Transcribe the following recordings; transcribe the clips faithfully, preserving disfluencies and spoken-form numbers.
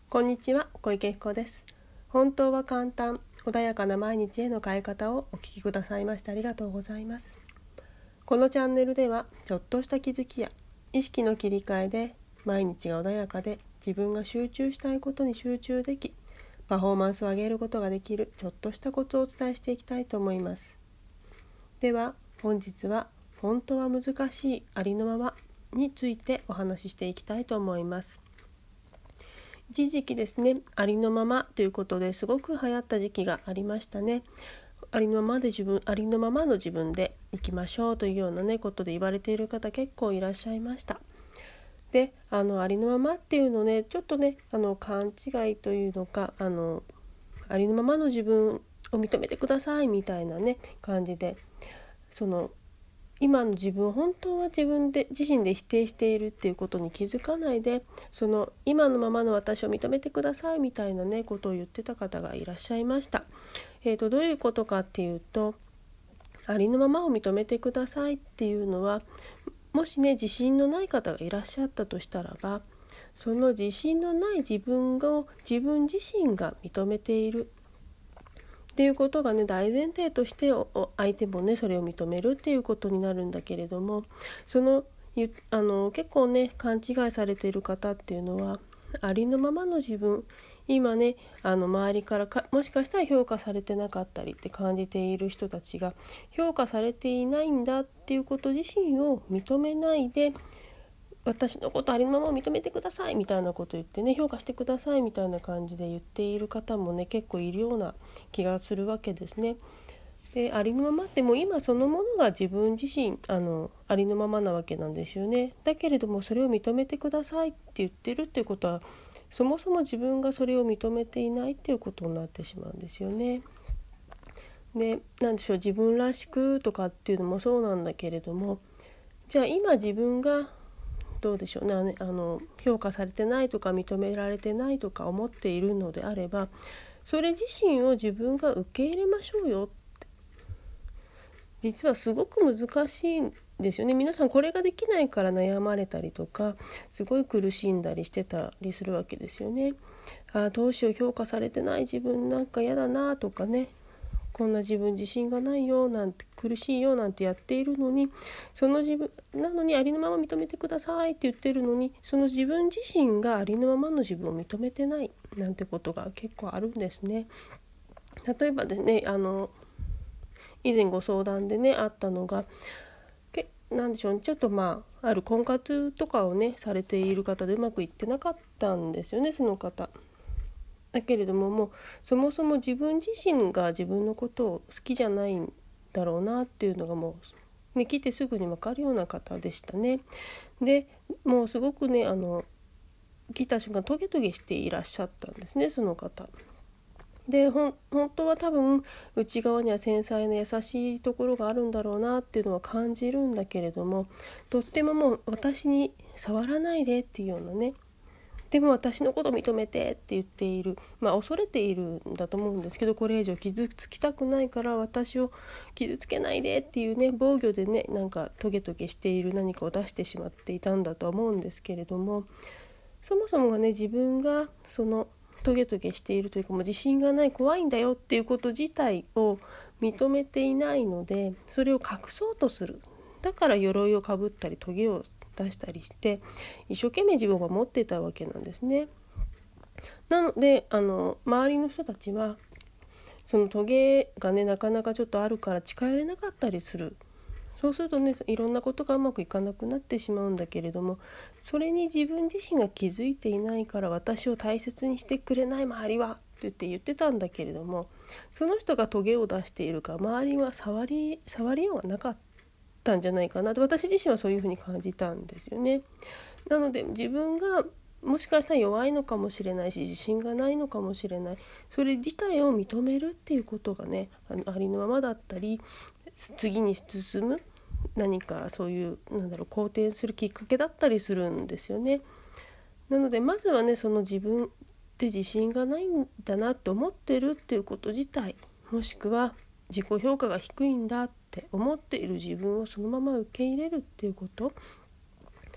こんにちは、小池彦です。本当は簡単、穏やかな毎日への変え方をお聞きくださいましてありがとうございます。このチャンネルでは、ちょっとした気づきや意識の切り替えで毎日が穏やかで自分が集中したいことに集中でき、パフォーマンスを上げることができるちょっとしたコツをお伝えしていきたいと思います。では、本日は本当は難しいありのままについてお話ししていきたいと思います。一時期ですね、ありのままということですごく流行った時期がありましたね。ありのままで自分、ありのままの自分で生きましょうというようなねことで言われている方結構いらっしゃいました。で、あのありのままっていうのね、ちょっとね、あの勘違いというのか、あのありのままの自分を認めてくださいみたいなね感じで、その今の自分を本当は自分で自身で否定しているっていうことに気づかないで、その今のままの私を認めてくださいみたいなねことを言ってた方がいらっしゃいました。えーと、どういうことかっていうと、ありのままを認めてくださいっていうのは、もしね自信のない方がいらっしゃったとしたらば、その自信のない自分を自分自身が認めているっていうことがね大前提として相手もねそれを認めるっていうことになるんだけれども、そのあの結構ね勘違いされている方っていうのは、ありのままの自分、今ねあの周りからかもしかしたら評価されてなかったりって感じている人たちが、評価されていないんだっていうこと自身を認めないで、私のことありのまま認めてくださいみたいなこと言ってね、評価してくださいみたいな感じで言っている方もね結構いるような気がするわけですね。で、ありのままってもう今そのものが自分自身あのありのままなわけなんですよね。だけれどもそれを認めてくださいって言ってるっていうことは、そもそも自分がそれを認めていないっていうことになってしまうんですよね。で、なんでしょう、自分らしくとかっていうのもそうなんだけれども、じゃあ今自分がどうでしょうね、あの評価されてないとか認められてないとか思っているのであれば、それ自身を自分が受け入れましょうよって。実はすごく難しいんですよね。皆さんこれができないから悩まれたりとか、すごい苦しんだりしてたりするわけですよね。あ、どうしよう、評価されてない自分なんか嫌だなとかね、こんな自分自信がないよなんて、苦しいよなんてやっているのに、その自分なのにありのまま認めてくださいって言ってるのに、その自分自身がありのままの自分を認めてないなんてことが結構あるんですね。例えばですね、あの以前ご相談でねあったのが、けなんでしょうね、ちょっとまあある婚活とかをねされている方でうまくいってなかったんですよね、その方。だけれども、もうそもそも自分自身が自分のことを好きじゃないんだろうなっていうのがもう、ね、来てすぐに分かるような方でしたね。で、もうすごくねあの来た瞬間トゲトゲしていらっしゃったんですね、その方。で、ほん本当は多分内側には繊細な優しいところがあるんだろうなっていうのは感じるんだけれども、とってももう私に触らないでっていうようなね、でも私のことを認めてって言っている、まあ恐れているんだと思うんですけど、これ以上傷つきたくないから私を傷つけないでっていうね、防御でねなんかトゲトゲしている何かを出してしまっていたんだとは思うんですけれども、そもそもがね自分がそのトゲトゲしているというか、もう自信がない、怖いんだよっていうこと自体を認めていないので、それを隠そうとする。だから鎧をかぶったりトゲを出したりして一生懸命自分を守っていたわけなんですね。なのであの周りの人たちはそのトゲがねなかなかちょっとあるから近寄れなかったりする。そうするとねいろんなことがうまくいかなくなってしまうんだけれども、それに自分自身が気づいていないから、私を大切にしてくれない周りはって言って言ってたんだけれども、その人がトゲを出しているから周りは触り触りようがなかったんじゃないかなと、私自身はそういうふうに感じたんですよね。なので自分がもしかしたら弱いのかもしれないし、自信がないのかもしれない、それ自体を認めるっていうことがね あの、ありのままだったり、次に進む何かそういうなんだろう好転するきっかけだったりするんですよね。なのでまずはね、その自分って自信がないんだなって思ってるっていうこと自体、もしくは自己評価が低いんだって思っている自分をそのまま受け入れるっていうこと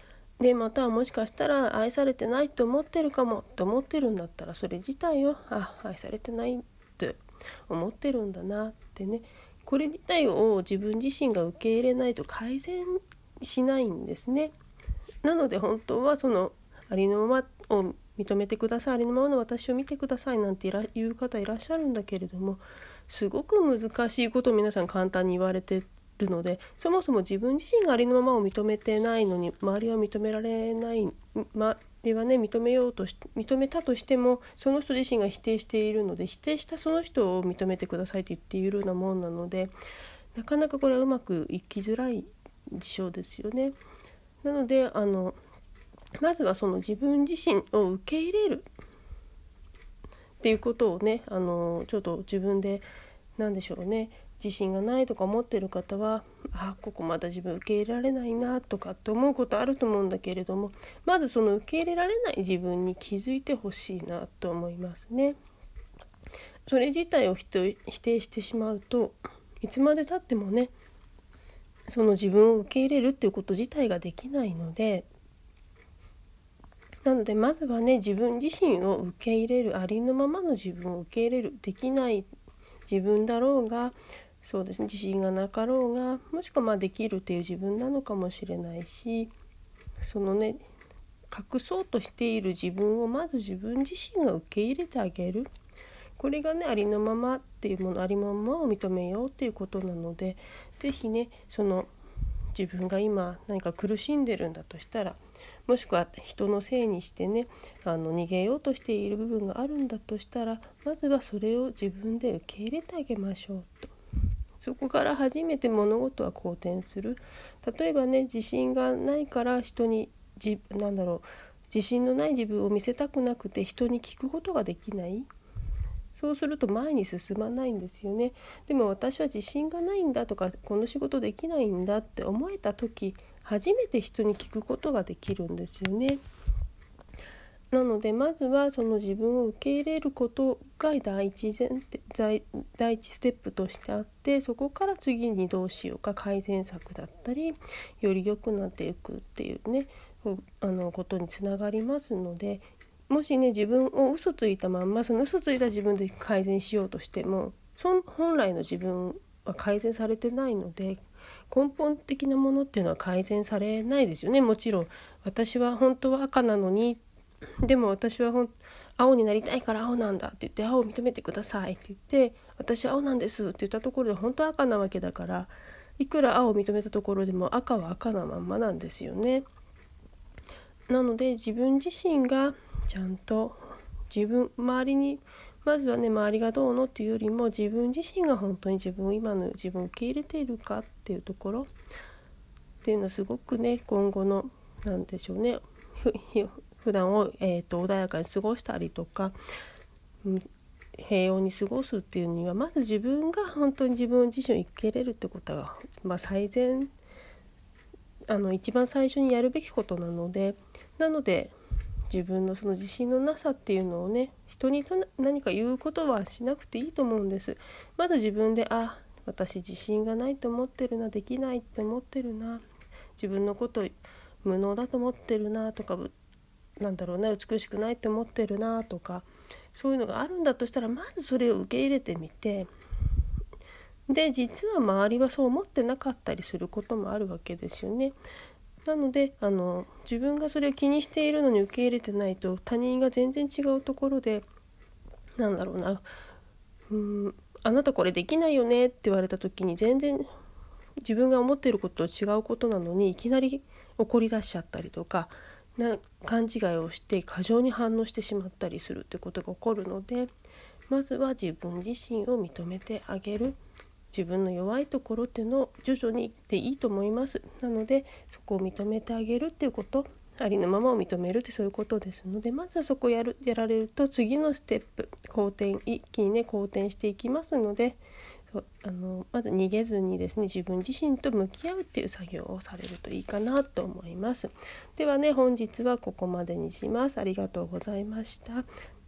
でまたはもしかしたら愛されてないと思ってるかもと思ってるんだったら、それ自体をあ愛されてないって思ってるんだなってね、これ自体を自分自身が受け入れないと改善しないんですね。なので本当はそのありのままを認めてください、ありのままの私を見てくださいなんていう方いらっしゃるんだけれども、すごく難しいことを皆さん簡単に言われてるので、そもそも自分自身がありのままを認めてないのに周りは認められない、周りはね認めようとし認めたとしてもその人自身が否定しているので、否定したその人を認めてくださいと言っているようなもんなので、なかなかこれはうまくいきづらい事象ですよね。なのであのまずはその自分自身を受け入れるっていうことをね、あのちょっと自分で何でしょうね、自信がないとか思ってる方は、あここまだ自分受け入れられないなとかって思うことあると思うんだけれども、まずその受け入れられない自分に気づいてほしいなと思いますね。それ自体を否定してしまうと、いつまで経ってもねその自分を受け入れるっていうこと自体ができないので、なのでまずはね自分自身を受け入れる、ありのままの自分を受け入れる、できない自分だろうが、そうですね自信がなかろうが、もしくはまあできるっていう自分なのかもしれないし、そのね隠そうとしている自分をまず自分自身が受け入れてあげる、これがねありのままっていうもの、ありのままを認めようっていうことなので、ぜひねその自分が今何か苦しんでるんだとしたら、もしくは人のせいにしてねあの逃げようとしている部分があるんだとしたら、まずはそれを自分で受け入れてあげましょうと。そこから初めて物事は好転する。例えばね自信がないから人にじなんだろう自信のない自分を見せたくなくて人に聞くことができない、そうすると前に進まないんですよね。でも私は自信がないんだとか、この仕事できないんだって思えた時、初めて人に聞くことができるんですよね。なのでまずはその自分を受け入れることが第一前提、第一ステップとしてあって、そこから次にどうしようか、改善策だったりより良くなっていくっていうねあのことにつながりますので、もしね自分を嘘ついたまんまその嘘ついた自分で改善しようとしても、そ本来の自分は改善されてないので、根本的なものっていうのは改善されないですよね。もちろん私は本当は赤なのに、でも私はほん青になりたいから青なんだって言って青を認めてくださいって言って、私は青なんですって言ったところで本当は赤なわけだから、いくら青を認めたところでも赤は赤なまんまなんですよね。なので自分自身がちゃんと自分周りにまずはね周りがどうのっていうよりも、自分自身が本当に自分を今の自分を受け入れているかっていうところっていうのはすごくね今後のなんでしょうねふ普段を、えー、と穏やかに過ごしたりとか平穏に過ごすっていうには、まず自分が本当に自分自身を受け入れるってことが、まあ、最善あの一番最初にやるべきことなので、なので自分のその自信のなさっていうのをね人に何か言うことはしなくていいと思うんです。まず自分であ私自信がないと思ってるな、できないって思ってるな、自分のこと無能だと思ってるなとか、なんだろうな美しくないって思ってるなとか、そういうのがあるんだとしたら、まずそれを受け入れてみて、で実は周りはそう思ってなかったりすることもあるわけですよね。なのであの自分がそれを気にしているのに受け入れてないと、他人が全然違うところでなんだろうなうーんあなたこれできないよねって言われた時に、全然自分が思っていることと違うことなのにいきなり怒り出しちゃったりとかな勘違いをして過剰に反応してしまったりするってことが起こるので、まずは自分自身を認めてあげる、自分の弱いところっていうのを徐々にでいいと思います。なのでそこを認めてあげるっていうこと、ありのままを認めるってそういうことですので、まずはそこをやるやられると次のステップ好転一気にね好転していきますので、あのまず逃げずにですね自分自身と向き合うっていう作業をされるといいかなと思います。ではね本日はここまでにします。ありがとうございました。